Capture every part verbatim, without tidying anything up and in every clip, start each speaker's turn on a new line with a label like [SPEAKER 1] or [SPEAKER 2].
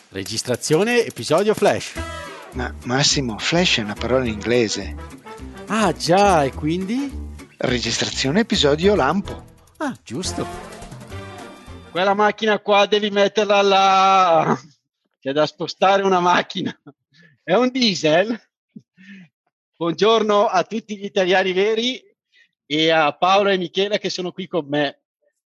[SPEAKER 1] Registrazione episodio flash.
[SPEAKER 2] Ma Massimo, flash è una parola in inglese.
[SPEAKER 1] Ah già, e quindi?
[SPEAKER 2] Registrazione episodio lampo.
[SPEAKER 1] Ah, giusto.
[SPEAKER 3] Quella macchina qua devi metterla là. C'è da spostare una macchina. È un diesel. Buongiorno a tutti gli italiani veri e a Paolo e Michela che sono qui con me.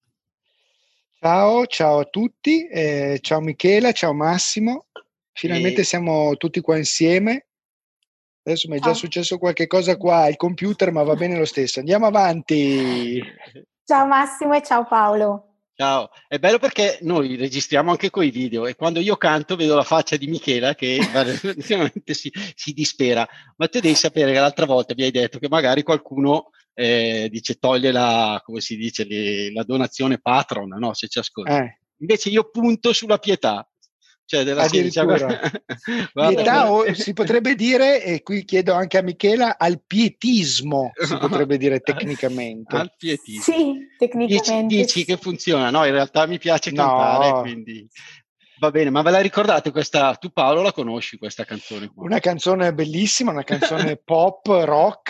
[SPEAKER 2] Ciao, ciao a tutti, eh, ciao Michela, ciao Massimo. Finalmente
[SPEAKER 3] E...
[SPEAKER 2] siamo tutti qua insieme. Adesso mi è già
[SPEAKER 4] Ciao.
[SPEAKER 2] successo qualche cosa qua al computer, ma va bene lo stesso. Andiamo avanti.
[SPEAKER 4] Ciao Massimo e ciao Paolo.
[SPEAKER 3] Ciao, è bello perché noi registriamo anche coi video e quando io canto vedo la faccia di Michela che veramente si, si dispera, ma te devi sapere che l'altra volta mi hai detto che magari qualcuno eh, dice toglie la, come si dice, le, la donazione Patreon, no? Se ci ascolta.
[SPEAKER 2] Eh.
[SPEAKER 3] Invece io punto sulla pietà. Cioè della
[SPEAKER 2] Addirittura
[SPEAKER 3] guarda,
[SPEAKER 2] pietà, o si potrebbe dire, e qui chiedo anche a Michela, al pietismo si potrebbe dire tecnicamente.
[SPEAKER 3] Al pietismo.
[SPEAKER 4] Sì, tecnicamente.
[SPEAKER 3] Dici, dici
[SPEAKER 4] sì.
[SPEAKER 3] che funziona? No, in realtà mi piace
[SPEAKER 2] No.
[SPEAKER 3] cantare, quindi va bene. Ma ve la ricordate questa? Tu Paolo la conosci questa canzone qua?
[SPEAKER 2] Una canzone bellissima, una canzone pop, rock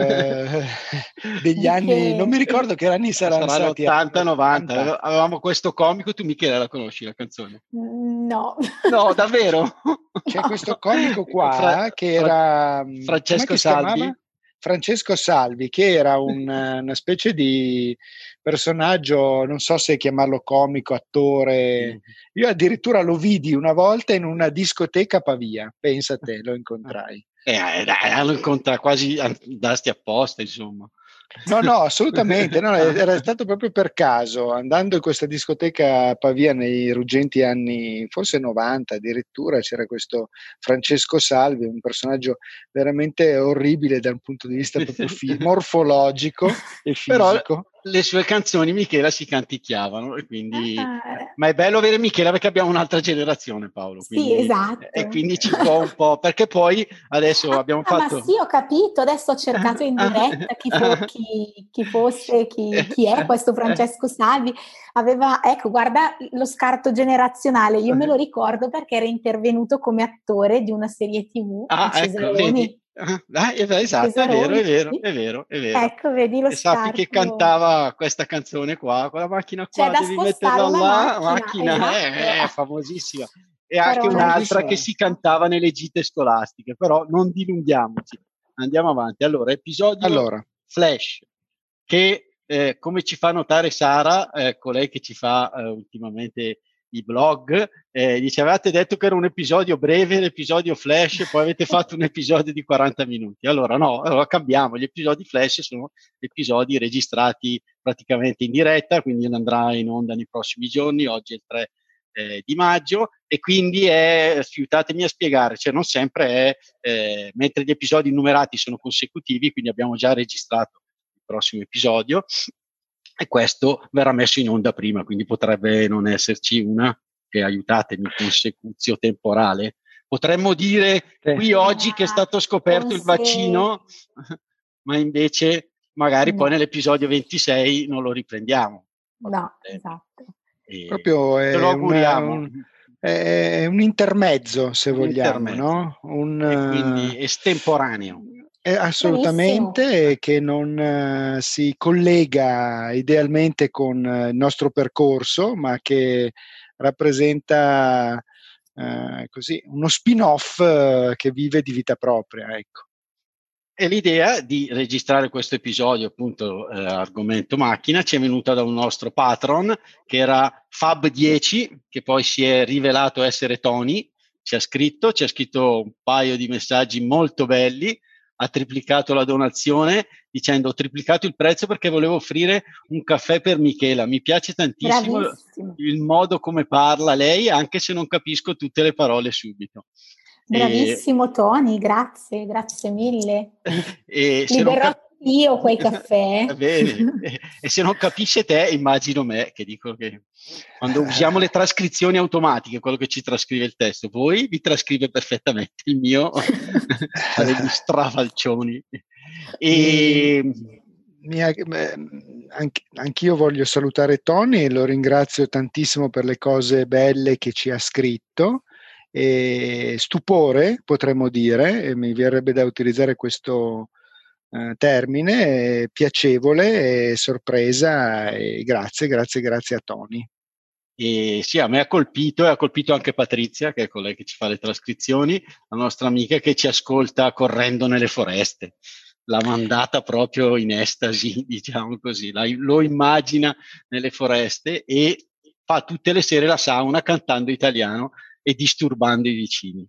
[SPEAKER 2] eh, degli
[SPEAKER 4] Di
[SPEAKER 2] anni,
[SPEAKER 4] che-
[SPEAKER 2] non mi ricordo che anni saranno
[SPEAKER 3] Saranno
[SPEAKER 2] stati.
[SPEAKER 3] ottanta novanta.
[SPEAKER 2] ottanta.
[SPEAKER 3] Avevamo questo comico, tu Michele la conosci la canzone?
[SPEAKER 4] No.
[SPEAKER 3] No, davvero?
[SPEAKER 2] C'è
[SPEAKER 4] No.
[SPEAKER 2] questo comico qua
[SPEAKER 3] Fra-
[SPEAKER 2] che
[SPEAKER 3] Fra-
[SPEAKER 2] era
[SPEAKER 3] Francesco
[SPEAKER 2] com'è che si
[SPEAKER 3] Salvi?
[SPEAKER 2] chiamava? Francesco Salvi, che era un, una specie di personaggio, non so se chiamarlo comico, attore. Io addirittura lo vidi una volta in una discoteca a Pavia, pensa te, lo incontrai.
[SPEAKER 3] Eh, eh, dai, lo incontra quasi andasti apposta, insomma.
[SPEAKER 2] No, no, assolutamente, no, era stato proprio per caso, andando in questa discoteca a Pavia nei ruggenti anni, forse novanta addirittura, c'era questo Francesco Salvi, un personaggio veramente orribile dal punto di vista proprio fi- morfologico e
[SPEAKER 3] Però
[SPEAKER 2] fisico.
[SPEAKER 3] le sue canzoni Michela si canticchiavano e quindi
[SPEAKER 4] Ah,
[SPEAKER 3] ma è bello avere Michela perché abbiamo un'altra generazione, Paolo,
[SPEAKER 4] sì,
[SPEAKER 3] quindi,
[SPEAKER 4] esatto.
[SPEAKER 3] e quindi ci può un po' perché poi adesso abbiamo
[SPEAKER 4] Ah,
[SPEAKER 3] fatto
[SPEAKER 4] ma sì, ho capito. Adesso ho cercato in diretta chi, fo- chi- chi fosse, chi, chi è questo Francesco Salvi. Aveva, ecco, guarda lo scarto generazionale. Io me lo ricordo perché era intervenuto come attore di una serie tivù,
[SPEAKER 3] Ah,
[SPEAKER 4] i
[SPEAKER 3] ecco,
[SPEAKER 4] Cesaroni.
[SPEAKER 3] vedi? Ah, eh, esatto, è vero, è vero,
[SPEAKER 4] Cesaroni, sì.
[SPEAKER 3] è vero, è vero.
[SPEAKER 4] Ecco, vedi lo
[SPEAKER 3] E sappi che
[SPEAKER 4] scarto.
[SPEAKER 3] cantava questa canzone qua, quella macchina
[SPEAKER 4] C'è
[SPEAKER 3] qua,
[SPEAKER 4] da
[SPEAKER 3] devi
[SPEAKER 4] spostare
[SPEAKER 3] metterla
[SPEAKER 4] una
[SPEAKER 3] là,
[SPEAKER 4] macchina,
[SPEAKER 3] macchina,
[SPEAKER 4] esatto.
[SPEAKER 3] eh, è famosissima. E anche
[SPEAKER 4] Però
[SPEAKER 3] un'altra
[SPEAKER 2] Famosissima.
[SPEAKER 3] che si cantava nelle gite scolastiche, però non dilunghiamoci. Andiamo avanti. Allora, episodio
[SPEAKER 2] Allora,
[SPEAKER 3] Flash, che eh, come ci fa notare Sara, eh, colei che ci fa eh, ultimamente i blog, eh, dice avevate detto che era un episodio breve, l'episodio flash, poi avete fatto un episodio di quaranta minuti. Allora no, allora cambiamo, gli episodi flash sono episodi registrati praticamente in diretta, quindi andrà in onda nei prossimi giorni, oggi è il tre eh, di maggio e quindi è, fiutatemi a spiegare, cioè non sempre è, eh, mentre gli episodi numerati sono consecutivi, quindi abbiamo già registrato il prossimo episodio, e questo verrà messo in onda prima, quindi potrebbe non esserci una, che aiutatemi, consecuzio temporale. Potremmo dire
[SPEAKER 2] Sì.
[SPEAKER 3] qui oggi che è stato scoperto il
[SPEAKER 4] Conse-
[SPEAKER 3] vaccino, ma invece magari
[SPEAKER 4] No.
[SPEAKER 3] poi nell'episodio ventisei non lo riprendiamo.
[SPEAKER 4] No, esatto.
[SPEAKER 3] E
[SPEAKER 2] proprio
[SPEAKER 3] ce
[SPEAKER 2] è,
[SPEAKER 3] lo
[SPEAKER 2] una-
[SPEAKER 3] auguriamo.
[SPEAKER 2] un, è un intermezzo, se
[SPEAKER 3] Un
[SPEAKER 2] vogliamo,
[SPEAKER 3] intermezzo.
[SPEAKER 2] no? Un,
[SPEAKER 3] E quindi estemporaneo.
[SPEAKER 2] È assolutamente, che non eh, si collega idealmente con eh, il nostro percorso, ma che rappresenta eh, così uno spin-off eh, che vive di vita propria, ecco.
[SPEAKER 3] E l'idea di registrare questo episodio, appunto, eh, argomento macchina, ci è venuta da un nostro patron che era Fab dieci, che poi si è rivelato essere Tony. Ci ha scritto, ci ha scritto un paio di messaggi molto belli, ha triplicato la donazione dicendo ho triplicato il prezzo perché volevo offrire un caffè per Michela. Mi piace tantissimo
[SPEAKER 4] Bravissimo.
[SPEAKER 3] il modo come parla lei, anche se non capisco tutte le parole subito.
[SPEAKER 4] Bravissimo Tony, grazie, grazie mille.
[SPEAKER 3] E se non
[SPEAKER 4] Liberò
[SPEAKER 3] cap-
[SPEAKER 4] io quei caffè.
[SPEAKER 3] Bene. E, e se non capisce te, immagino me, che dico che quando usiamo le trascrizioni automatiche, quello che ci trascrive il testo, voi vi trascrive perfettamente, il mio ha degli strafalcioni. E...
[SPEAKER 2] Mi, anch, anch'io voglio salutare Tony e lo ringrazio tantissimo per le cose belle che ci ha scritto e stupore, potremmo dire, e mi verrebbe da utilizzare questo eh, termine, eh, piacevole e sorpresa, e grazie, grazie, grazie a Tony.
[SPEAKER 3] E sì, a me ha colpito e ha colpito anche Patrizia, che è colei che ci fa le trascrizioni, la nostra amica che ci ascolta correndo nelle foreste. L'ha mandata proprio in estasi, diciamo così, la, lo immagina nelle foreste e fa tutte le sere la sauna cantando italiano e disturbando i vicini.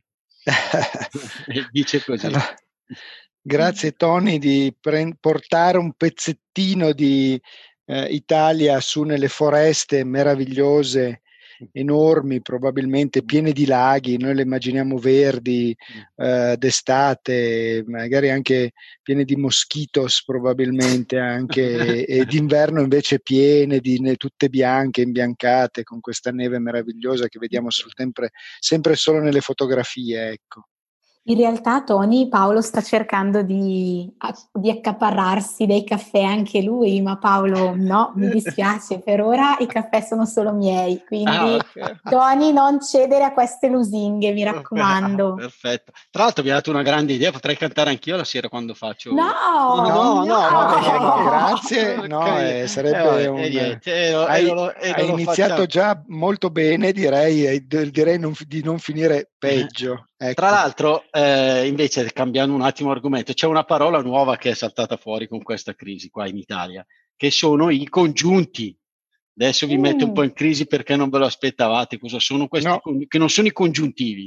[SPEAKER 3] Dice così.
[SPEAKER 2] Allora, grazie Tony di pre- portare un pezzettino di eh, Italia su nelle foreste meravigliose, enormi, probabilmente piene di laghi, noi le immaginiamo verdi eh, d'estate, magari anche piene di moschitos probabilmente anche, e d'inverno invece piene di ne, tutte bianche, imbiancate, con questa neve meravigliosa che vediamo sul sempre, sempre solo nelle fotografie, ecco.
[SPEAKER 4] In realtà Tony, Paolo sta cercando di, di accaparrarsi dei caffè anche lui, ma Paolo no, mi dispiace, per ora i caffè sono solo miei, quindi ah, okay. Tony non cedere a queste lusinghe, mi raccomando.
[SPEAKER 3] Perfetto. Tra l'altro mi ha dato una grande idea, potrei cantare anch'io la sera quando faccio...
[SPEAKER 4] No,
[SPEAKER 3] no, no, no, no,
[SPEAKER 2] no, no grazie, no, eh, sarebbe eh, un... Eh, niente, eh, hai lo, eh, hai iniziato facciamo. già molto bene, direi, direi non, di non finire peggio. Ecco.
[SPEAKER 3] Tra l'altro, eh, invece, cambiando un attimo argomento, c'è una parola nuova che è saltata fuori con questa crisi qua in Italia, che sono i congiunti. Adesso vi mm. metto un po' in crisi perché non ve lo aspettavate. Cosa sono questi? No. Con- che non sono i congiuntivi.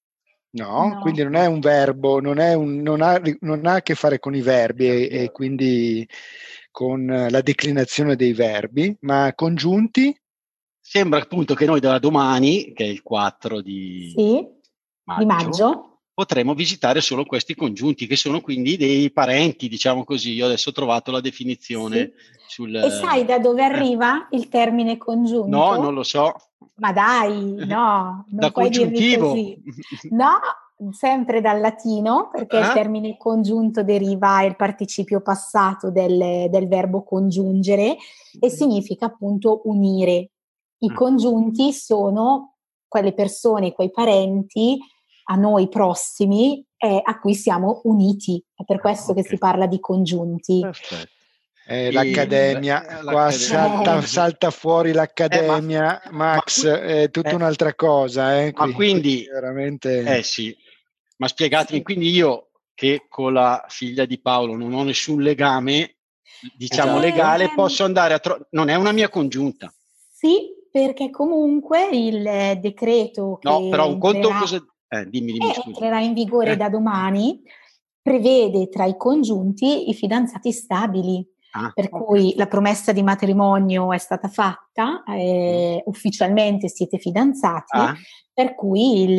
[SPEAKER 2] No, no, quindi non è un verbo, non, è un, non, ha, non ha a che fare con i verbi e, e quindi con la declinazione dei verbi, ma congiunti?
[SPEAKER 3] Sembra appunto che noi da domani, che è il quattro di...
[SPEAKER 4] Sì.
[SPEAKER 3] Maggio,
[SPEAKER 4] di maggio
[SPEAKER 3] potremo visitare solo questi congiunti che sono quindi dei parenti, diciamo così. Io adesso ho trovato la definizione
[SPEAKER 4] sì.
[SPEAKER 3] sul...
[SPEAKER 4] E sai da dove arriva il termine congiunto?
[SPEAKER 3] No, non lo so.
[SPEAKER 4] Ma dai, no, non
[SPEAKER 3] da
[SPEAKER 4] puoi
[SPEAKER 3] congiuntivo.
[SPEAKER 4] Dirmi così. No, sempre dal latino, perché eh? il termine congiunto deriva il participio passato del, del verbo congiungere e significa appunto unire. I congiunti sono quelle persone, quei parenti a noi prossimi e a cui siamo uniti. È per questo okay. che si parla di congiunti.
[SPEAKER 3] Perfetto.
[SPEAKER 2] Eh, l'accademia, eh, qua salta, salta fuori l'accademia, eh, ma, Max, ma qui, è tutta eh, un'altra cosa. Eh,
[SPEAKER 3] ma
[SPEAKER 2] qui,
[SPEAKER 3] quindi,
[SPEAKER 2] veramente...
[SPEAKER 3] eh sì, ma spiegatemi, sì. Quindi io che con la figlia di Paolo non ho nessun legame, diciamo esatto. legale, posso andare a trovare, non è una mia congiunta.
[SPEAKER 4] Sì, perché comunque il decreto che
[SPEAKER 3] no, però un conto
[SPEAKER 4] entrerà,
[SPEAKER 3] cosa... eh, dimmi, dimmi,
[SPEAKER 4] eh, entrerà in vigore eh. da domani prevede tra i congiunti i fidanzati stabili. Ah, per okay. cui la promessa di matrimonio è stata fatta, eh, mm. ufficialmente siete fidanzati, ah. per cui il,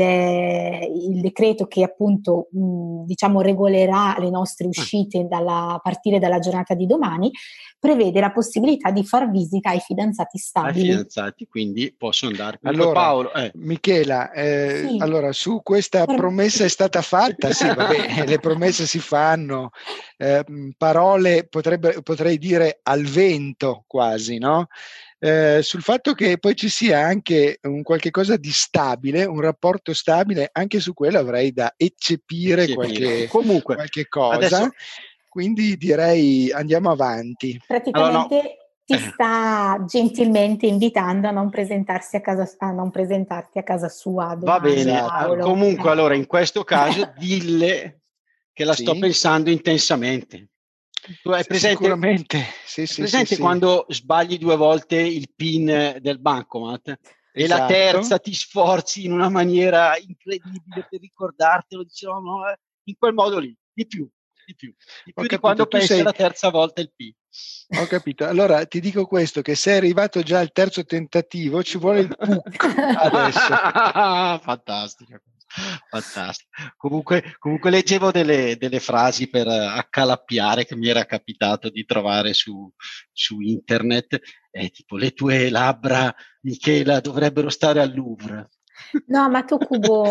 [SPEAKER 4] il decreto che appunto mh, diciamo regolerà le nostre uscite ah. dalla, a partire dalla giornata di domani prevede la possibilità di far visita ai fidanzati stabili.
[SPEAKER 3] Ai fidanzati, quindi posso andare.
[SPEAKER 2] Allora,
[SPEAKER 3] Paolo, eh.
[SPEAKER 2] Michela, eh, sì. allora su questa promessa è stata fatta, sì, vabbè, le promesse si fanno, eh, parole potrebbe, potrei dire al vento quasi, no? Eh, sul fatto che poi ci sia anche un qualche cosa di stabile, un rapporto stabile, anche su quello avrei da eccepire, eccepire. Qualche,
[SPEAKER 3] Comunque,
[SPEAKER 2] qualche cosa.
[SPEAKER 3] Adesso...
[SPEAKER 2] Quindi direi andiamo avanti.
[SPEAKER 4] Praticamente allora, no. ti sta gentilmente invitando a non presentarsi a casa, a non presentarti a casa sua.
[SPEAKER 3] Va bene,
[SPEAKER 4] Paolo.
[SPEAKER 3] comunque eh. allora in questo caso dille che la sì. sto pensando intensamente. Tu hai presente,
[SPEAKER 2] Sicuramente. Sì,
[SPEAKER 3] hai
[SPEAKER 2] sì,
[SPEAKER 3] presente
[SPEAKER 2] sì,
[SPEAKER 3] quando sì. sbagli due volte il PIN del bancomat? Esatto. E la terza ti sforzi in una maniera incredibile per ricordartelo, dicevo, no, in quel modo lì, di più. Di più, di, più di quando pensi sei... la terza volta il P.
[SPEAKER 2] Ho capito. Allora ti dico questo, che sei arrivato già al terzo tentativo, ci vuole il P U C adesso.
[SPEAKER 3] Fantastico. Fantastico. Comunque, comunque leggevo delle, delle frasi per accalappiare che mi era capitato di trovare su, su internet, eh, tipo le tue labbra, Michela, dovrebbero stare al Louvre.
[SPEAKER 4] No, ma tu Cubo,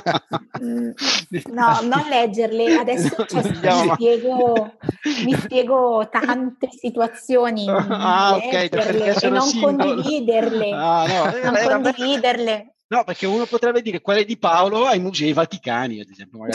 [SPEAKER 4] no, non leggerle, adesso cioè, mi, spiego, mi spiego tante situazioni,
[SPEAKER 3] ah,
[SPEAKER 4] leggerle
[SPEAKER 3] okay,
[SPEAKER 4] e non
[SPEAKER 3] single.
[SPEAKER 4] condividerle,
[SPEAKER 3] ah, no,
[SPEAKER 4] non
[SPEAKER 3] era
[SPEAKER 4] condividerle.
[SPEAKER 3] No, perché uno potrebbe dire quelle di Paolo ai Musei Vaticani, ad esempio. Magari.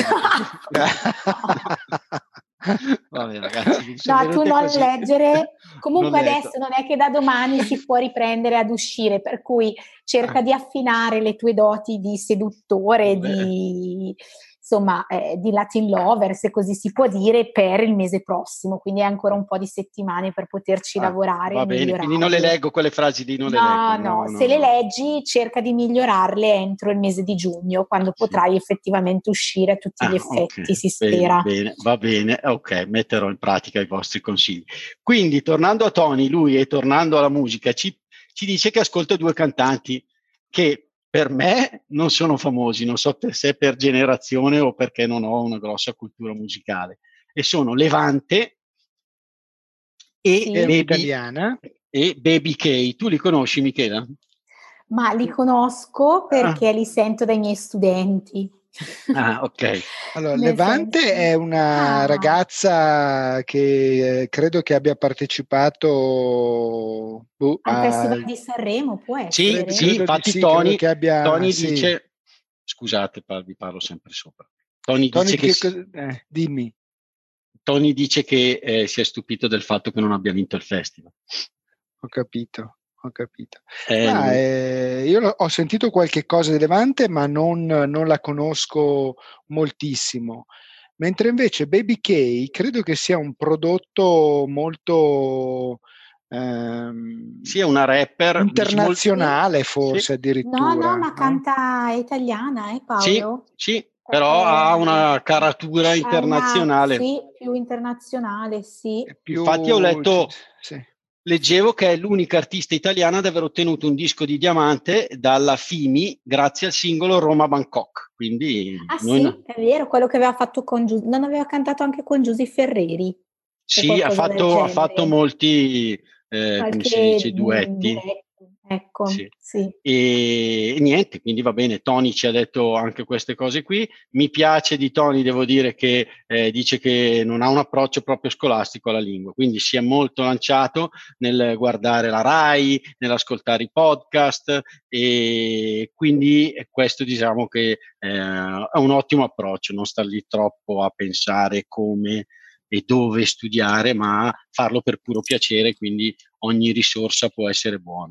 [SPEAKER 3] Vabbè, ragazzi,
[SPEAKER 4] no, tu non
[SPEAKER 3] così.
[SPEAKER 4] leggere. Comunque
[SPEAKER 3] non
[SPEAKER 4] adesso non è che da domani si può riprendere ad uscire, per cui cerca di affinare le tue doti di seduttore,
[SPEAKER 3] Beh.
[SPEAKER 4] di insomma eh, di Latin lover, se così si può dire, per il mese prossimo, quindi hai ancora un po' di settimane per poterci
[SPEAKER 3] Ah,
[SPEAKER 4] lavorare
[SPEAKER 3] va
[SPEAKER 4] e
[SPEAKER 3] bene,
[SPEAKER 4] migliorare.
[SPEAKER 3] quindi non le leggo quelle frasi lì, non
[SPEAKER 4] no,
[SPEAKER 3] le leggo.
[SPEAKER 4] No,
[SPEAKER 3] no,
[SPEAKER 4] se
[SPEAKER 3] no,
[SPEAKER 4] le
[SPEAKER 3] no.
[SPEAKER 4] leggi cerca di migliorarle entro il mese di giugno, quando
[SPEAKER 3] Sì.
[SPEAKER 4] potrai effettivamente uscire a tutti
[SPEAKER 3] Ah,
[SPEAKER 4] gli effetti,
[SPEAKER 3] okay.
[SPEAKER 4] si
[SPEAKER 3] Bene,
[SPEAKER 4] spera.
[SPEAKER 3] bene, va bene, ok, metterò in pratica i vostri consigli. Quindi, tornando a Tony, lui e tornando alla musica, ci, ci dice che ascolta due cantanti che per me non sono famosi, non so per se per generazione o perché non ho una grossa cultura musicale, e sono Levante e,
[SPEAKER 4] Sì.
[SPEAKER 2] È
[SPEAKER 3] Baby,
[SPEAKER 2] un'italiana.
[SPEAKER 3] e Baby K. Tu li conosci, Michela?
[SPEAKER 4] Ma li conosco perché
[SPEAKER 3] Ah.
[SPEAKER 4] li sento dai miei studenti.
[SPEAKER 3] Ah, ok.
[SPEAKER 2] Allora,
[SPEAKER 4] Nel
[SPEAKER 2] Levante
[SPEAKER 4] senso-
[SPEAKER 2] è una
[SPEAKER 4] Ah.
[SPEAKER 2] ragazza che eh, credo che abbia partecipato boh,
[SPEAKER 4] Al
[SPEAKER 2] a-
[SPEAKER 4] Festival di Sanremo, può
[SPEAKER 3] Sì,
[SPEAKER 4] essere?
[SPEAKER 3] sì,
[SPEAKER 2] credo di
[SPEAKER 3] infatti
[SPEAKER 2] sì, credo
[SPEAKER 3] Tony,
[SPEAKER 2] che abbia
[SPEAKER 3] Tony
[SPEAKER 2] sì.
[SPEAKER 3] dice, scusate, par- vi parlo sempre sopra. Tony,
[SPEAKER 2] Tony,
[SPEAKER 3] dice che,
[SPEAKER 2] che
[SPEAKER 3] si-
[SPEAKER 2] cosa- eh, dimmi.
[SPEAKER 3] Tony dice che eh, si è stupito del fatto che non abbia vinto il festival.
[SPEAKER 2] Ho capito, ho capito.
[SPEAKER 3] Eh,
[SPEAKER 2] Ma,
[SPEAKER 3] lui-
[SPEAKER 2] eh, io l'ho- ho sentito qualche cosa di Levante, ma non, non la conosco moltissimo. Mentre invece Baby K credo che sia un prodotto molto ehm,
[SPEAKER 3] sì, è una rapper, dici molto,
[SPEAKER 2] internazionale,
[SPEAKER 3] sì,
[SPEAKER 2] forse
[SPEAKER 4] No, no,
[SPEAKER 2] addirittura.
[SPEAKER 4] ma
[SPEAKER 2] no?
[SPEAKER 4] canta italiana, eh
[SPEAKER 3] sì,
[SPEAKER 4] Paolo?
[SPEAKER 3] sì, però ha una caratura
[SPEAKER 4] ha una,
[SPEAKER 3] internazionale.
[SPEAKER 4] sì, più internazionale, sì.
[SPEAKER 2] È più,
[SPEAKER 3] Infatti ho letto,
[SPEAKER 2] sì.
[SPEAKER 3] leggevo che è l'unica artista italiana ad aver ottenuto un disco di diamante dalla F I M I grazie al singolo Roma Bangkok. Quindi
[SPEAKER 4] Ah
[SPEAKER 3] noi
[SPEAKER 4] sì,
[SPEAKER 3] no-
[SPEAKER 4] è vero, quello che aveva fatto con Gius- non aveva cantato anche con Giusy Ferreri o
[SPEAKER 3] sì, ha
[SPEAKER 4] qualcosa del
[SPEAKER 3] fatto, ha fatto
[SPEAKER 4] genere.
[SPEAKER 3] molti, eh, come si
[SPEAKER 4] Qualche
[SPEAKER 3] dice,
[SPEAKER 4] mm,
[SPEAKER 3] duetti.
[SPEAKER 4] duetto, ecco,
[SPEAKER 3] Sì.
[SPEAKER 4] sì.
[SPEAKER 3] E, e niente, quindi va bene, Tony ci ha detto anche queste cose qui. Mi piace di Tony, devo dire che eh, dice che non ha un approccio proprio scolastico alla lingua, quindi si è molto lanciato nel guardare la Rai, nell'ascoltare i podcast, e quindi questo diciamo che eh, è un ottimo approccio, non star lì troppo a pensare come e dove studiare, ma farlo per puro piacere, quindi ogni risorsa può essere buona.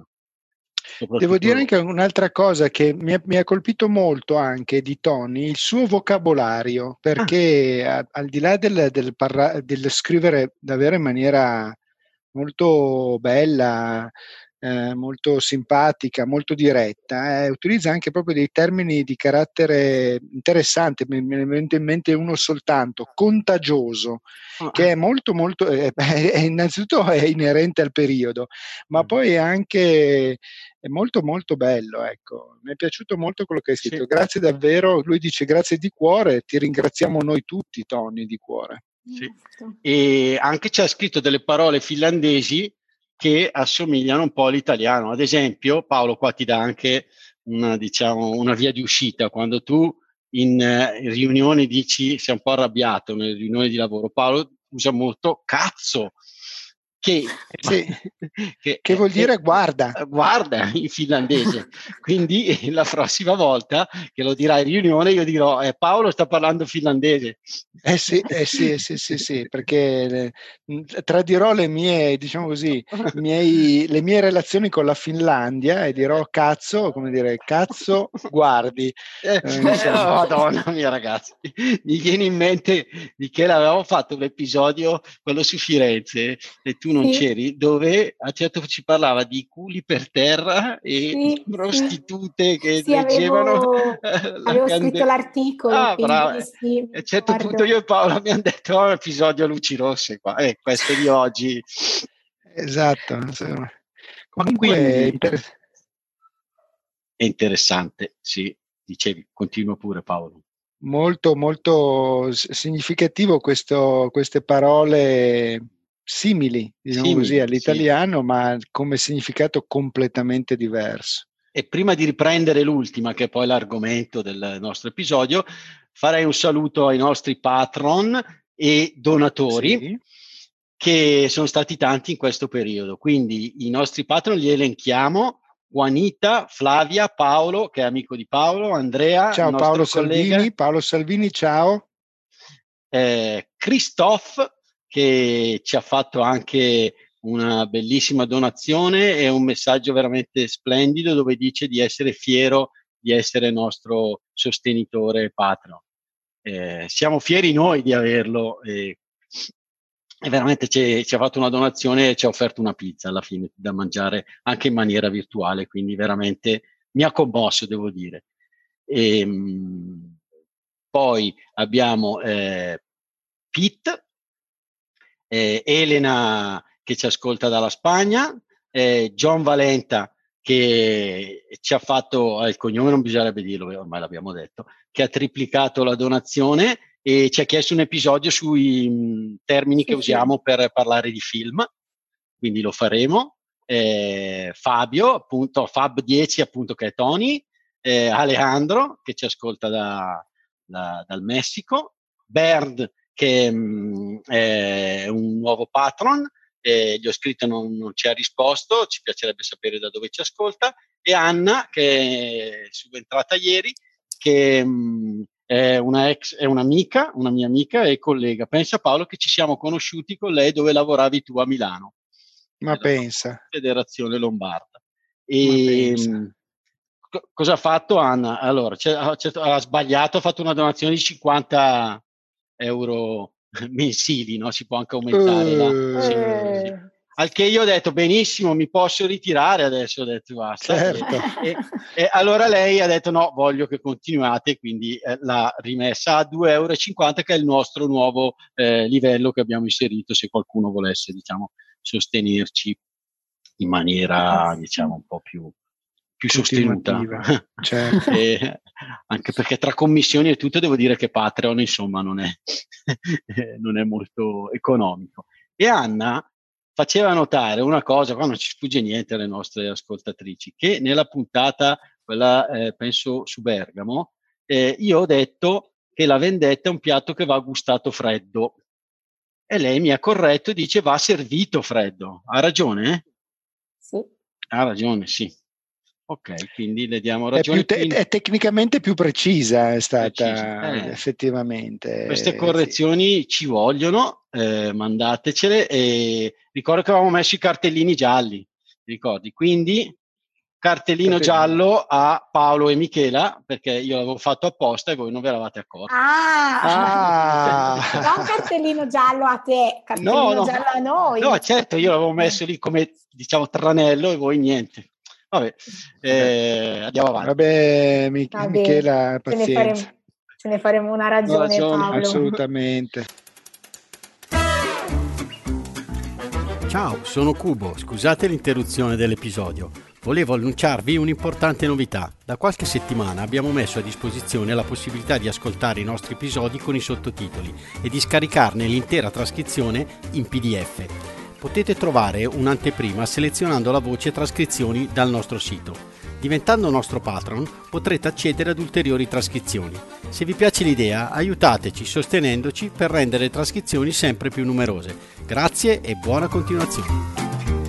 [SPEAKER 2] Devo dire anche un'altra cosa che mi ha, mi ha colpito molto anche di Tony, il suo vocabolario, perché ah. a, al di là del, del, parla, del scrivere davvero in maniera molto bella, eh, molto simpatica, molto diretta, eh, utilizza anche proprio dei termini di carattere interessante. Me ne è venuto in mente uno soltanto, contagioso, che è molto molto eh, è innanzitutto è inerente al periodo, ma mm. poi è anche è molto molto bello, ecco. Mi è piaciuto molto quello che hai scritto, sì. Grazie davvero, lui dice grazie di cuore, ti ringraziamo noi tutti, Tony, di cuore.
[SPEAKER 3] Sì. E anche c'ha scritto delle parole finlandesi che assomigliano un po' all'italiano. Ad esempio, Paolo qua ti dà anche una, diciamo, una via di uscita. Quando tu in, eh, in riunione dici sei un po' arrabbiato nelle riunioni di lavoro, Paolo usa molto cazzo, che,
[SPEAKER 2] sì,
[SPEAKER 3] che,
[SPEAKER 2] che vuol dire guarda.
[SPEAKER 3] Guarda in finlandese. Quindi la prossima volta che lo dirai in riunione io dirò eh, Paolo sta parlando finlandese.
[SPEAKER 2] Eh sì, eh sì, sì, sì, sì, perché le, tradirò le mie, diciamo così, miei, le mie relazioni con la Finlandia e dirò cazzo, come dire, cazzo, guardi.
[SPEAKER 3] Eh, eh, oh, Madonna mia ragazzi, mi viene in mente di che l'avevamo fatto un episodio, quello su Firenze, e tu non sì. c'eri, dove a certo ci parlava di culi per terra e
[SPEAKER 4] sì,
[SPEAKER 3] prostitute
[SPEAKER 4] sì.
[SPEAKER 3] che
[SPEAKER 4] sì,
[SPEAKER 3] leggevano
[SPEAKER 4] avevo, la avevo scritto l'articolo,
[SPEAKER 3] ah,
[SPEAKER 4] quindi sì,
[SPEAKER 3] a un certo guardo. punto io e Paolo abbiamo detto oh, episodio luci rosse qua, eh, questo di oggi.
[SPEAKER 2] Esatto, insomma. Comunque
[SPEAKER 3] quindi,
[SPEAKER 2] è, inter-
[SPEAKER 3] è interessante, sì, dicevi, continua pure Paolo.
[SPEAKER 2] Molto, molto significativo questo, queste parole simili, diciamo simili, così, all'italiano, sì. Ma come significato completamente diverso.
[SPEAKER 3] E prima di riprendere l'ultima, che è poi l'argomento del nostro episodio, farei un saluto ai nostri patron e donatori, sì. che sono stati tanti in questo periodo. Quindi i nostri patron li elenchiamo Juanita, Flavia, Paolo, che è amico di Paolo, Andrea,
[SPEAKER 2] ciao Paolo Salvini, collega, Paolo Salvini, ciao.
[SPEAKER 3] Eh, Christophe, che ci ha fatto anche una bellissima donazione e un messaggio veramente splendido dove dice di essere fiero di essere nostro sostenitore Patreon. Eh, siamo fieri noi di averlo e, e veramente ci, ci ha fatto una donazione e ci ha offerto una pizza alla fine da mangiare anche in maniera virtuale, quindi veramente mi ha commosso, devo dire. E, mh, poi abbiamo eh, Pete, eh, Elena che ci ascolta dalla Spagna, eh, John Valenta che ci ha fatto, il cognome non bisognerebbe dirlo, ormai l'abbiamo detto, che ha triplicato la donazione e ci ha chiesto un episodio sui mh, termini sì, che sì. usiamo per parlare di film, quindi lo faremo. Eh, Fabio, appunto, Fab dieci, appunto, che è Tony, eh, Alejandro, che ci ascolta da, da, dal Messico, Bernd, che mh, è un nuovo patron, eh, gli ho scritto, non, non ci ha risposto, ci piacerebbe sapere da dove ci ascolta, e Anna, che è subentrata ieri, che mh, è una ex, è un'amica, una mia amica e collega. Pensa Paolo che ci siamo conosciuti con lei dove lavoravi tu a Milano.
[SPEAKER 2] Ma pensa.
[SPEAKER 3] Federazione Lombarda. E mh, co- cosa ha fatto Anna? Allora, c'è, c'è, ha sbagliato, ha fatto una donazione di cinquanta euro mensili, no? Si può anche aumentare
[SPEAKER 2] uh,
[SPEAKER 3] la, sì, sì. Al che io ho detto benissimo, mi posso ritirare adesso, ho detto basta.
[SPEAKER 2] Certo.
[SPEAKER 3] E, e, e allora lei ha detto no, voglio che continuate, quindi eh, l'ha rimessa a due euro e cinquanta, che è il nostro nuovo eh, livello che abbiamo inserito, se qualcuno volesse, diciamo, sostenerci in maniera, diciamo, un po' più più sostenuta,
[SPEAKER 2] certo.
[SPEAKER 3] E anche perché tra commissioni e tutto devo dire che Patreon insomma non è, non è molto economico. E Anna faceva notare una cosa, qua non ci sfugge niente alle nostre ascoltatrici, che nella puntata, quella eh, penso su Bergamo, eh, io ho detto che la vendetta è un piatto che va gustato freddo e lei mi ha corretto e dice va servito freddo. Ha ragione?
[SPEAKER 4] Sì.
[SPEAKER 3] Ha ragione, sì. Ok, quindi le diamo ragione.
[SPEAKER 2] È, più te-
[SPEAKER 3] quindi...
[SPEAKER 2] è tecnicamente più precisa, è stata
[SPEAKER 3] precisa. Eh,
[SPEAKER 2] effettivamente.
[SPEAKER 3] Queste correzioni sì. Ci vogliono, eh, mandatecele. E ricordo che avevamo messo i cartellini gialli, ricordi? Quindi cartellino
[SPEAKER 2] Cartellino.
[SPEAKER 3] giallo a Paolo e Michela, perché io l'avevo fatto apposta e voi non ve l'avate accorto.
[SPEAKER 4] Ah,
[SPEAKER 2] ah.
[SPEAKER 4] non cartellino giallo a te, cartellino
[SPEAKER 3] no, no.
[SPEAKER 4] giallo a noi.
[SPEAKER 3] No, certo, io l'avevo messo lì come, diciamo, tranello e voi niente. Vabbè, eh, andiamo avanti.
[SPEAKER 2] Vabbè, Mi-
[SPEAKER 4] Vabbè,
[SPEAKER 2] Michela,
[SPEAKER 4] ce ne, faremo, ce ne faremo una ragione,
[SPEAKER 3] una ragione.
[SPEAKER 4] Paolo.
[SPEAKER 2] Assolutamente.
[SPEAKER 1] Ciao, sono Cubo, scusate l'interruzione dell'episodio. Volevo annunciarvi un'importante novità. Da qualche settimana abbiamo messo a disposizione la possibilità di ascoltare i nostri episodi con i sottotitoli e di scaricarne l'intera trascrizione in P D F. Potete trovare un'anteprima selezionando la voce trascrizioni dal nostro sito. Diventando nostro patron potrete accedere ad ulteriori trascrizioni. Se vi piace l'idea, aiutateci sostenendoci per rendere le trascrizioni sempre più numerose. Grazie e buona continuazione.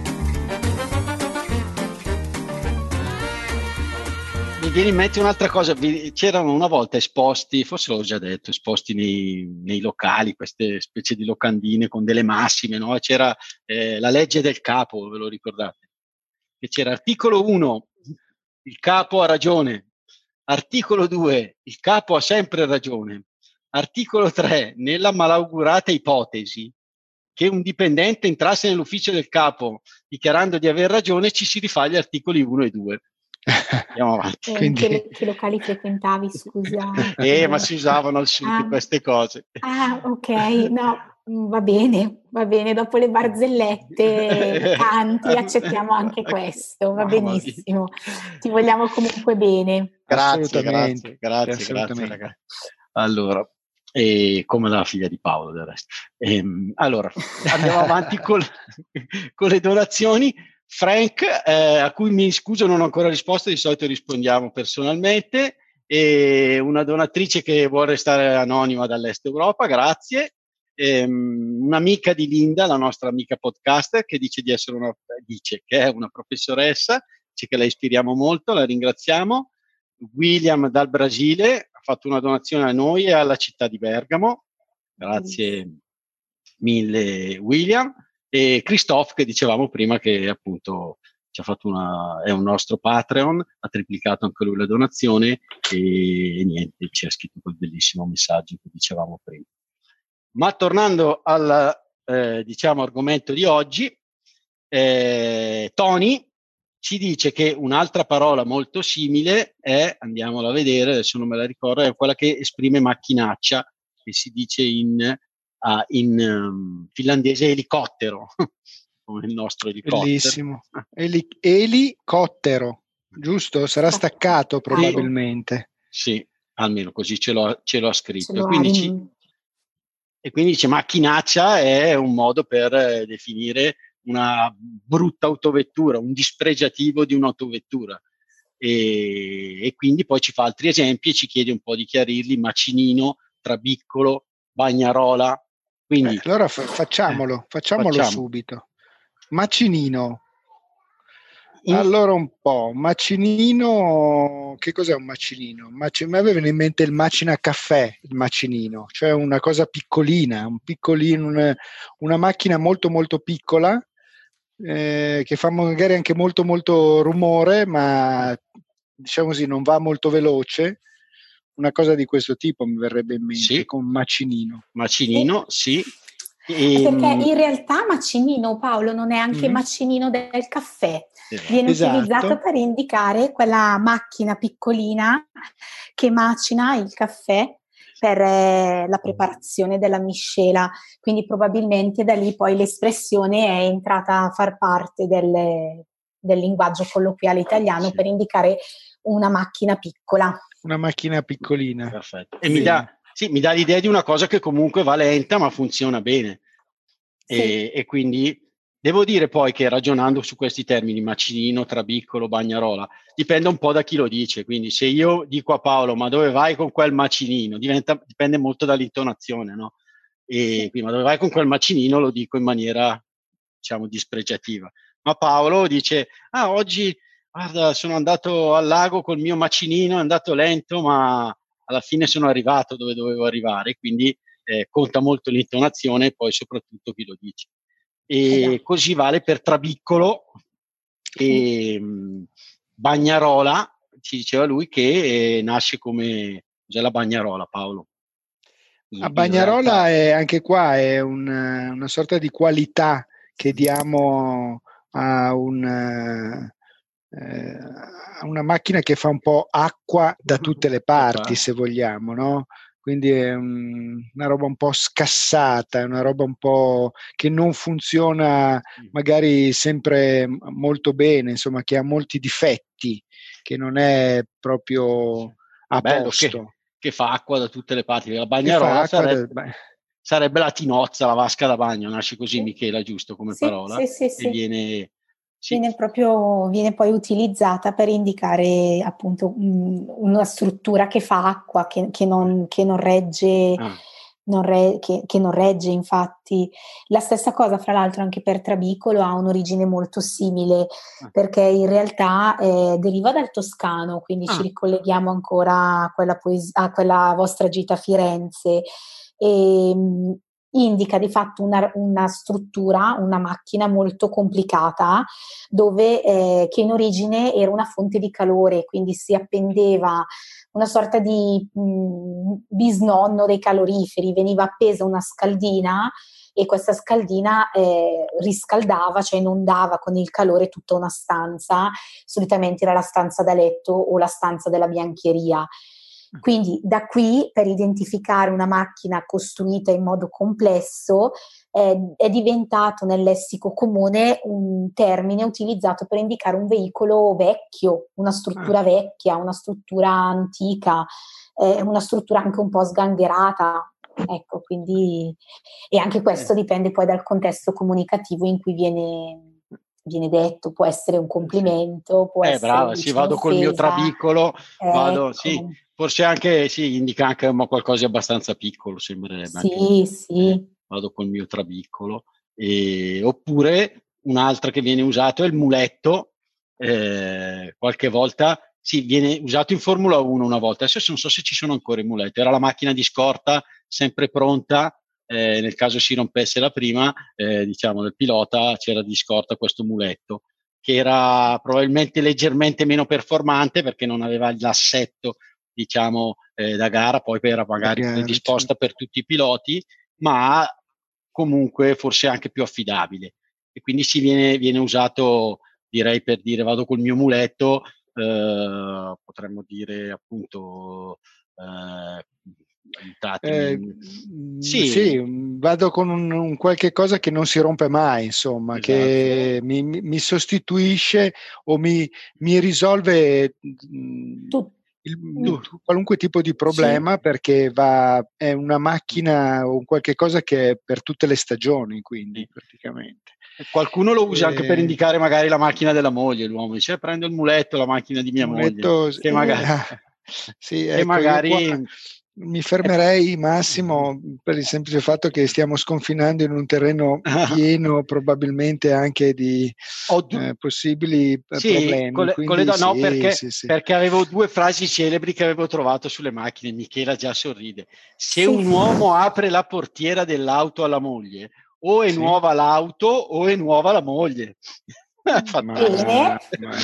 [SPEAKER 3] Mi viene in mente un'altra cosa, c'erano una volta esposti, forse l'ho già detto, esposti nei, nei locali, queste specie di locandine con delle massime, no? C'era eh, la legge del capo, ve lo ricordate? Che c'era articolo uno, il capo ha ragione, articolo due, il capo ha sempre ragione, articolo tre, nella malaugurata ipotesi che un dipendente entrasse nell'ufficio del capo dichiarando di aver ragione, ci si rifà agli articoli uno e due. Andiamo avanti.
[SPEAKER 4] Eh,
[SPEAKER 2] Quindi...
[SPEAKER 4] che, che locali frequentavi, scusa?
[SPEAKER 3] Eh, ma si usavano al sud
[SPEAKER 4] ah,
[SPEAKER 3] queste cose.
[SPEAKER 4] Ah, ok, no, va bene, va bene, dopo le barzellette, i canti, accettiamo anche questo, va benissimo. Ti vogliamo comunque bene.
[SPEAKER 3] Grazie, grazie, grazie, grazie ragazzi. Allora, e come la figlia di Paolo del resto. Ehm, allora, andiamo avanti con, con le donazioni. Frank, eh, a cui mi scuso non ho ancora risposto, di solito rispondiamo personalmente, e una donatrice che vuole restare anonima dall'Est Europa, grazie, ehm, un'amica di Linda, la nostra amica podcaster, che dice di essere una, dice che è una professoressa, dice che la ispiriamo molto, la ringraziamo. William dal Brasile ha fatto una donazione a noi e alla città di Bergamo, grazie mille William. E Christophe, che dicevamo prima, che appunto ci ha fatto una, è un nostro Patreon, ha triplicato anche lui la donazione e, e niente, ci ha scritto quel bellissimo messaggio che dicevamo prima. Ma tornando al eh, diciamo argomento di oggi, eh, Tony ci dice che un'altra parola molto simile è, andiamola a vedere, adesso non me la ricordo, è quella che esprime macchinaccia, che si dice in, uh, in um, finlandese elicottero, come il nostro elicottero.
[SPEAKER 2] Bellissimo. Eli- elicottero, giusto? Sarà staccato probabilmente.
[SPEAKER 3] Sì, almeno così ce l'ho, ce l'ho scritto.
[SPEAKER 4] Ce
[SPEAKER 3] E quindi, ci, e quindi dice macchinaccia è un modo per eh, definire una brutta autovettura, un dispregiativo di un'autovettura. E, e quindi poi ci fa altri esempi e ci chiede un po' di chiarirli: macinino, trabiccolo, bagnarola. Quindi,
[SPEAKER 2] eh, allora fa- facciamolo, facciamolo
[SPEAKER 3] facciamo.
[SPEAKER 2] subito. Macinino. Allora un po', macinino, che cos'è un macinino? Mac- mi aveva in mente il macina caffè, il macinino, cioè una cosa piccolina, un piccolino, una, una macchina molto molto piccola, eh, che fa magari anche molto molto rumore, ma diciamo così non va molto veloce. Una cosa di questo tipo mi verrebbe in mente,
[SPEAKER 3] sì,
[SPEAKER 2] con macinino.
[SPEAKER 3] Macinino, sì. sì.
[SPEAKER 4] E, perché in realtà macinino, Paolo, non è anche
[SPEAKER 2] mm-hmm.
[SPEAKER 4] macinino del caffè,
[SPEAKER 3] esatto.
[SPEAKER 4] viene
[SPEAKER 2] esatto.
[SPEAKER 4] utilizzato per indicare quella macchina piccolina che macina il caffè per eh, la preparazione della miscela, quindi probabilmente da lì poi l'espressione è entrata a far parte del, del linguaggio colloquiale italiano, sì, per indicare una macchina piccola.
[SPEAKER 2] Una macchina piccolina.
[SPEAKER 3] Perfetto. E mi dà, sì, mi dà l'idea di una cosa che comunque va lenta ma funziona bene. Sì. E, e quindi devo dire poi che, ragionando su questi termini, macinino, trabiccolo, bagnarola, dipende un po' da chi lo dice. Quindi se io dico a Paolo ma dove vai con quel macinino, diventa, dipende molto dall'intonazione, no? E sì. Quindi ma dove vai con quel macinino lo dico in maniera, diciamo, dispregiativa. Ma Paolo dice: ah, oggi guarda, sono andato al lago col mio macinino, è andato lento ma alla fine sono arrivato dove dovevo arrivare. Quindi eh, conta molto l'intonazione e poi soprattutto chi lo dice. E esatto. Così vale per trabiccolo e mh, bagnarola. Ci diceva lui che eh, nasce come, cos'è la bagnarola, Paolo?
[SPEAKER 2] In, a bagnarola è, anche qua è un, una sorta di qualità che diamo a un eh, una macchina che fa un po' acqua da tutte le parti, se vogliamo, no? Quindi è un, una roba un po' scassata, è una roba un po' che non funziona magari sempre molto bene, insomma, che ha molti difetti, che non è proprio a
[SPEAKER 3] bello,
[SPEAKER 2] posto.
[SPEAKER 3] Che, che fa acqua da tutte le parti. La bagnarola sarebbe, da... sarebbe la tinozza, la vasca da bagno, nasce così, sì. Michela, giusto come
[SPEAKER 4] sì,
[SPEAKER 3] parola?
[SPEAKER 4] Sì, sì, sì.
[SPEAKER 3] E viene... Sì.
[SPEAKER 4] Viene proprio, viene poi utilizzata per indicare appunto un, una struttura che fa acqua, che, che, non, che non regge, ah. non re, che, che non regge, infatti. La stessa cosa, fra l'altro, anche per trabicolo ha un'origine molto simile, ah. perché in realtà eh, deriva dal toscano, quindi ah. ci ricolleghiamo ancora a quella, poesia, a quella vostra gita a Firenze. E, indica di fatto una, una struttura, una macchina molto complicata, dove eh, che in origine era una fonte di calore, quindi si appendeva una sorta di mh, bisnonno dei caloriferi, veniva appesa una scaldina e questa scaldina eh, riscaldava, cioè inondava con il calore tutta una stanza, solitamente era la stanza da letto o la stanza della biancheria. Quindi da qui, per identificare una macchina costruita in modo complesso, eh, è diventato nel lessico comune un termine utilizzato per indicare un veicolo vecchio, una struttura ah. vecchia, una struttura antica, eh, una struttura anche un po' sgangherata. Ecco, quindi, e anche questo dipende poi dal contesto comunicativo in cui viene... viene detto, può essere un complimento, può
[SPEAKER 3] eh,
[SPEAKER 4] essere
[SPEAKER 3] brava, sì, vado col mio trabicolo, ecco. vado, sì, forse anche, sì, indica anche qualcosa di abbastanza piccolo, sembrerebbe.
[SPEAKER 4] Sì,
[SPEAKER 3] anche,
[SPEAKER 4] sì.
[SPEAKER 3] Eh, vado col mio trabiccolo. E, oppure un'altra che viene usato è il muletto, eh, qualche volta sì, viene usato in Formula uno una volta, adesso non so se ci sono ancora i muletti, era la macchina di scorta sempre pronta, eh, nel caso si rompesse la prima, eh, diciamo del pilota, c'era di scorta questo muletto, che era probabilmente leggermente meno performante perché non aveva l'assetto, diciamo, eh, da gara, poi era magari
[SPEAKER 2] gara,
[SPEAKER 3] predisposta
[SPEAKER 2] certo.
[SPEAKER 3] per tutti i piloti, ma comunque forse anche più affidabile. E quindi si viene, viene usato, direi, per dire vado col mio muletto, eh, potremmo dire appunto eh,
[SPEAKER 2] Eh,
[SPEAKER 3] sì.
[SPEAKER 2] sì, vado con un, un qualche cosa che non si rompe mai, insomma,
[SPEAKER 3] Esatto.
[SPEAKER 2] che mi, mi sostituisce o mi, mi risolve
[SPEAKER 4] tu,
[SPEAKER 2] il,
[SPEAKER 4] tu.
[SPEAKER 2] qualunque tipo di problema, sì. Perché va, è una macchina o qualche cosa che è per tutte le stagioni, quindi sì. Praticamente.
[SPEAKER 3] Qualcuno lo usa eh, anche per indicare magari la macchina della moglie, l'uomo dice prendo il muletto, la macchina di mia
[SPEAKER 2] muletto,
[SPEAKER 3] moglie, che magari,
[SPEAKER 2] eh, sì,
[SPEAKER 3] che
[SPEAKER 2] ecco,
[SPEAKER 3] magari
[SPEAKER 2] qua mi fermerei Massimo per il semplice fatto che stiamo sconfinando in un terreno pieno probabilmente anche di du- eh, possibili
[SPEAKER 3] sì,
[SPEAKER 2] problemi.
[SPEAKER 3] Con le,
[SPEAKER 2] quindi,
[SPEAKER 3] con le do-
[SPEAKER 2] sì,
[SPEAKER 3] no, perché,
[SPEAKER 2] sì, sì.
[SPEAKER 3] perché avevo due frasi celebri che avevo trovato sulle macchine. Michela già sorride. Se
[SPEAKER 4] sì.
[SPEAKER 3] un uomo apre la portiera dell'auto alla moglie, o è sì. nuova l'auto o è nuova la moglie.
[SPEAKER 4] Bene,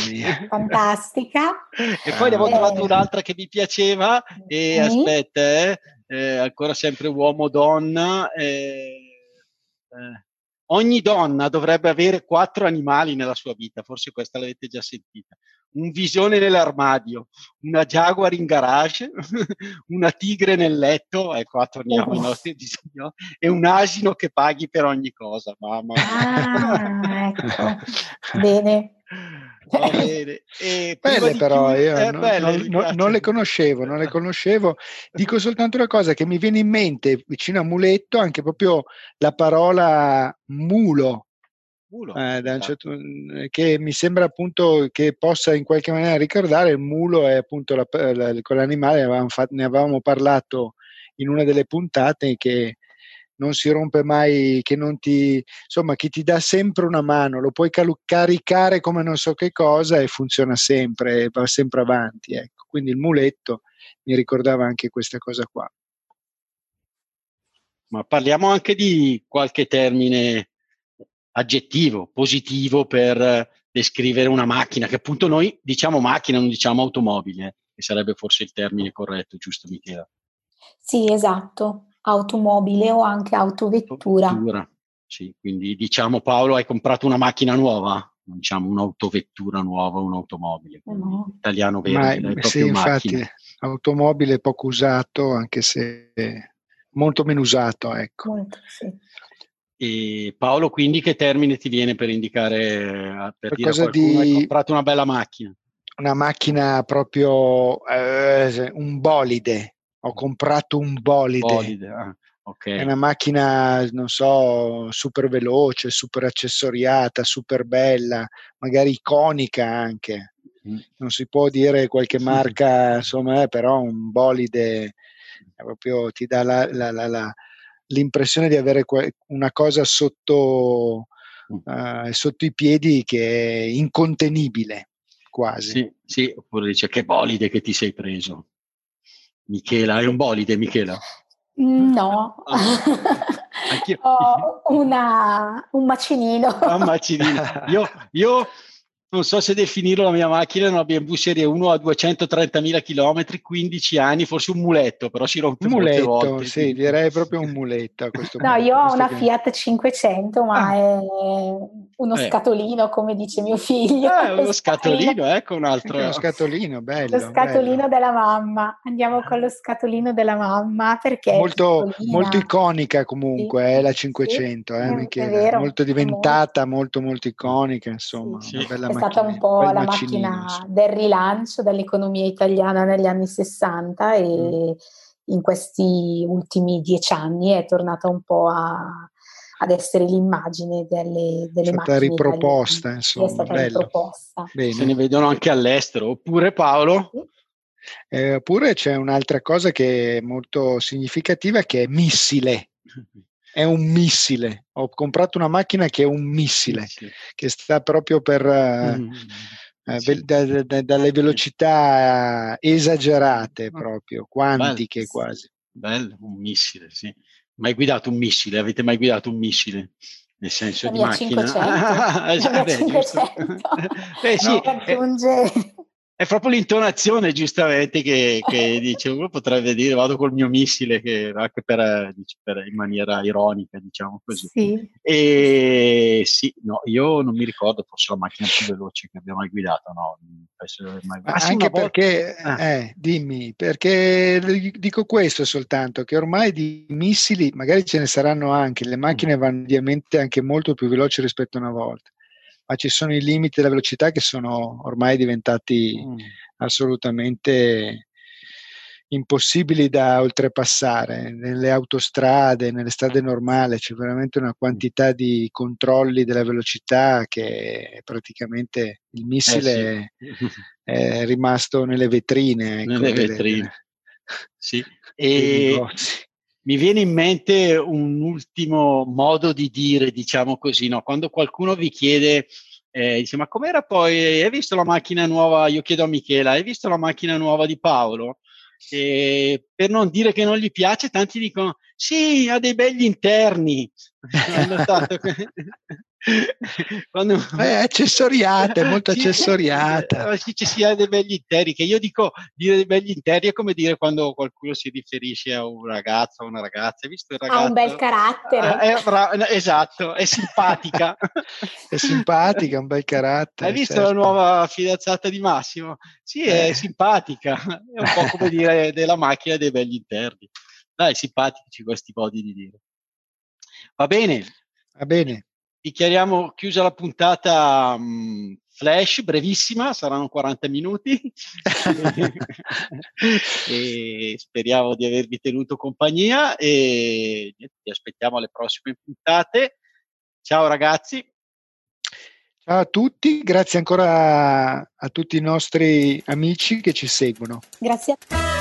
[SPEAKER 4] fantastica.
[SPEAKER 3] E poi ne avevo eh. trovato un'altra che mi piaceva e mm. aspetta, eh, eh, ancora sempre uomo-donna. Eh, eh, ogni donna dovrebbe avere quattro animali nella sua vita, forse questa l'avete già sentita. Un visone nell'armadio, una jaguar in garage, una tigre nel letto, e qua torniamo ai nostri disegni, e un asino che paghi per ogni cosa. Mamma mia.
[SPEAKER 4] Ah, ecco. Bene.
[SPEAKER 3] Va bene. E
[SPEAKER 2] belle però,
[SPEAKER 3] chiudere,
[SPEAKER 2] io
[SPEAKER 3] eh,
[SPEAKER 2] non,
[SPEAKER 3] belle,
[SPEAKER 2] non, non, non le conoscevo, non le conoscevo. Dico soltanto una cosa che mi viene in mente vicino a muletto, anche proprio la parola mulo.
[SPEAKER 3] Mulo,
[SPEAKER 2] eh, da un
[SPEAKER 3] esatto.
[SPEAKER 2] certo, che mi sembra appunto che possa in qualche maniera ricordare il mulo è appunto la, la, con l'animale, ne avevamo, fatto, ne avevamo parlato in una delle puntate, che non si rompe mai, che non ti, insomma, che ti dà sempre una mano, lo puoi cal- caricare come non so che cosa e funziona sempre, va sempre avanti, ecco. Quindi il muletto mi ricordava anche questa cosa qua.
[SPEAKER 3] Ma parliamo anche di qualche termine aggettivo, positivo per descrivere una macchina, che appunto noi diciamo macchina, non diciamo automobile, eh, che sarebbe forse il termine corretto, giusto Michela?
[SPEAKER 4] Sì, esatto, automobile o anche autovettura.
[SPEAKER 3] Autovettura, sì, quindi diciamo Paolo hai comprato una macchina nuova, non diciamo un'autovettura nuova, un'automobile,
[SPEAKER 4] no.
[SPEAKER 3] Italiano vero,
[SPEAKER 2] Ma,
[SPEAKER 3] direi proprio
[SPEAKER 2] sì, infatti,
[SPEAKER 3] macchina.
[SPEAKER 2] automobile poco usato, anche se molto meno usato, ecco.
[SPEAKER 4] Molto, sì.
[SPEAKER 3] E Paolo, quindi che termine ti viene per indicare, per dire a
[SPEAKER 2] Qualcosa
[SPEAKER 3] qualcuno
[SPEAKER 2] di
[SPEAKER 3] hai comprato una bella macchina?
[SPEAKER 2] Una macchina proprio eh, un bolide, ho comprato un bolide,
[SPEAKER 3] bolide ah, okay.
[SPEAKER 2] È una macchina, non so, super veloce, super accessoriata, super bella, magari iconica anche, mm. non si può dire qualche marca, insomma, eh, però un bolide proprio ti dà la, la, la, la, l'impressione di avere una cosa sotto, uh, sotto i piedi che è incontenibile. Quasi.
[SPEAKER 3] Sì, sì, oppure dice che bolide che ti sei preso. Michela, hai un bolide, Michela?
[SPEAKER 4] No, ho una, un macinino.
[SPEAKER 3] Un macinino. Io, io non so se definirlo la mia macchina, è una B M W Serie uno a duecentotrentamila chilometri, quindici anni, forse un muletto, però si rompe
[SPEAKER 2] un muletto,
[SPEAKER 3] molte volte.
[SPEAKER 2] Sì, quindi. Direi proprio un muletto a questo
[SPEAKER 4] no,
[SPEAKER 2] punto.
[SPEAKER 4] io ho
[SPEAKER 2] questo
[SPEAKER 4] una
[SPEAKER 2] che...
[SPEAKER 4] Fiat cinquecento, ma ah. è uno eh. scatolino, come dice mio figlio.
[SPEAKER 3] Eh, uno scatolino, scatolino, ecco un altro.
[SPEAKER 2] Anche uno scatolino, bello.
[SPEAKER 4] Lo scatolino
[SPEAKER 2] bello.
[SPEAKER 4] della mamma. Andiamo con lo scatolino della mamma perché
[SPEAKER 2] molto,
[SPEAKER 4] è
[SPEAKER 2] molto iconica comunque,
[SPEAKER 4] sì,
[SPEAKER 2] è la cinquecento,
[SPEAKER 4] sì,
[SPEAKER 2] eh,
[SPEAKER 4] Michele. È vero,
[SPEAKER 2] molto diventata, molto molto iconica, insomma,
[SPEAKER 3] sì,
[SPEAKER 2] una bella
[SPEAKER 4] è
[SPEAKER 2] macchina,
[SPEAKER 4] stata un po' la
[SPEAKER 2] macinino,
[SPEAKER 4] macchina
[SPEAKER 2] insomma.
[SPEAKER 4] del rilancio dell'economia italiana negli anni sessanta e mm. in questi ultimi dieci anni è tornata un po' a, ad essere l'immagine delle, delle
[SPEAKER 2] è stata
[SPEAKER 4] macchine
[SPEAKER 2] riproposta,
[SPEAKER 4] italiane.
[SPEAKER 2] insomma,
[SPEAKER 4] È stata
[SPEAKER 2] bello.
[SPEAKER 4] riproposta.
[SPEAKER 3] Bene. Se ne vedono anche all'estero, oppure Paolo?
[SPEAKER 4] Sì.
[SPEAKER 2] Eh, oppure c'è un'altra cosa che è molto significativa, che è missile. È un missile. Ho comprato una macchina che è un missile, missile. che sta proprio per, uh, mm. eh, sì. da, da, dalle velocità esagerate proprio, quantiche
[SPEAKER 3] bello,
[SPEAKER 2] quasi.
[SPEAKER 3] Bello, un missile, sì. Mai guidato un missile? Avete mai guidato un missile? Nel senso
[SPEAKER 4] la
[SPEAKER 3] di
[SPEAKER 4] mia
[SPEAKER 3] macchina?
[SPEAKER 4] cinquecento. La mia
[SPEAKER 3] Beh,
[SPEAKER 4] cinquecento.
[SPEAKER 3] Beh, sì,
[SPEAKER 4] no, raggiunge...
[SPEAKER 3] è proprio l'intonazione giustamente che, che dice, uno potrebbe dire vado col mio missile, che anche per, per in maniera ironica, diciamo così.
[SPEAKER 4] Sì.
[SPEAKER 3] E sì, no, io non mi ricordo, forse la macchina più veloce che abbia mai guidato, no. Mai...
[SPEAKER 2] Ma
[SPEAKER 3] ah, sì,
[SPEAKER 2] anche
[SPEAKER 3] una volta...
[SPEAKER 2] perché,
[SPEAKER 3] ah.
[SPEAKER 2] eh, dimmi, perché dico questo soltanto, che ormai di missili, magari ce ne saranno anche, le macchine vanno ovviamente anche molto più veloci rispetto a una volta, ma ci sono i limiti della velocità che sono ormai diventati mm. assolutamente impossibili da oltrepassare. Nelle autostrade, nelle strade normali c'è veramente una quantità di controlli della velocità che praticamente il missile
[SPEAKER 3] eh sì.
[SPEAKER 2] è rimasto nelle vetrine, ecco,
[SPEAKER 3] nelle
[SPEAKER 2] delle,
[SPEAKER 3] vetrine.
[SPEAKER 2] Delle,
[SPEAKER 3] sì. E mi viene in mente un ultimo modo di dire, diciamo così, no? Quando qualcuno vi chiede Eh, dice, ma com'era poi? Hai visto la macchina nuova? Io chiedo a Michela, hai visto la macchina nuova di Paolo? E per non dire che non gli piace, tanti dicono, sì, ha dei begli interni. Hai notato che... Quando...
[SPEAKER 2] È accessoriata, è molto
[SPEAKER 3] sì,
[SPEAKER 2] accessoriata.
[SPEAKER 3] Eh, sì, ci sia dei begli interni, che io dico dire dei begli interni è come dire quando qualcuno si riferisce a un ragazzo o una ragazza. Hai visto il ragazzo?
[SPEAKER 4] Ha un bel carattere.
[SPEAKER 3] Ah, è bra- esatto, è simpatica.
[SPEAKER 2] È simpatica, un bel carattere.
[SPEAKER 3] Hai visto
[SPEAKER 2] certo.
[SPEAKER 3] la nuova fidanzata di Massimo? Sì, è eh. simpatica. È un po' come dire della macchina dei begli interni. Dai, simpatici questi modi di dire. Va bene.
[SPEAKER 2] Va bene.
[SPEAKER 3] Dichiariamo chiusa la puntata mh, flash, brevissima, saranno quaranta minuti. E speriamo di avervi tenuto compagnia e ti aspettiamo alle prossime puntate. Ciao ragazzi.
[SPEAKER 2] Ciao a tutti, grazie ancora a, a tutti i nostri amici che ci seguono.
[SPEAKER 4] Grazie a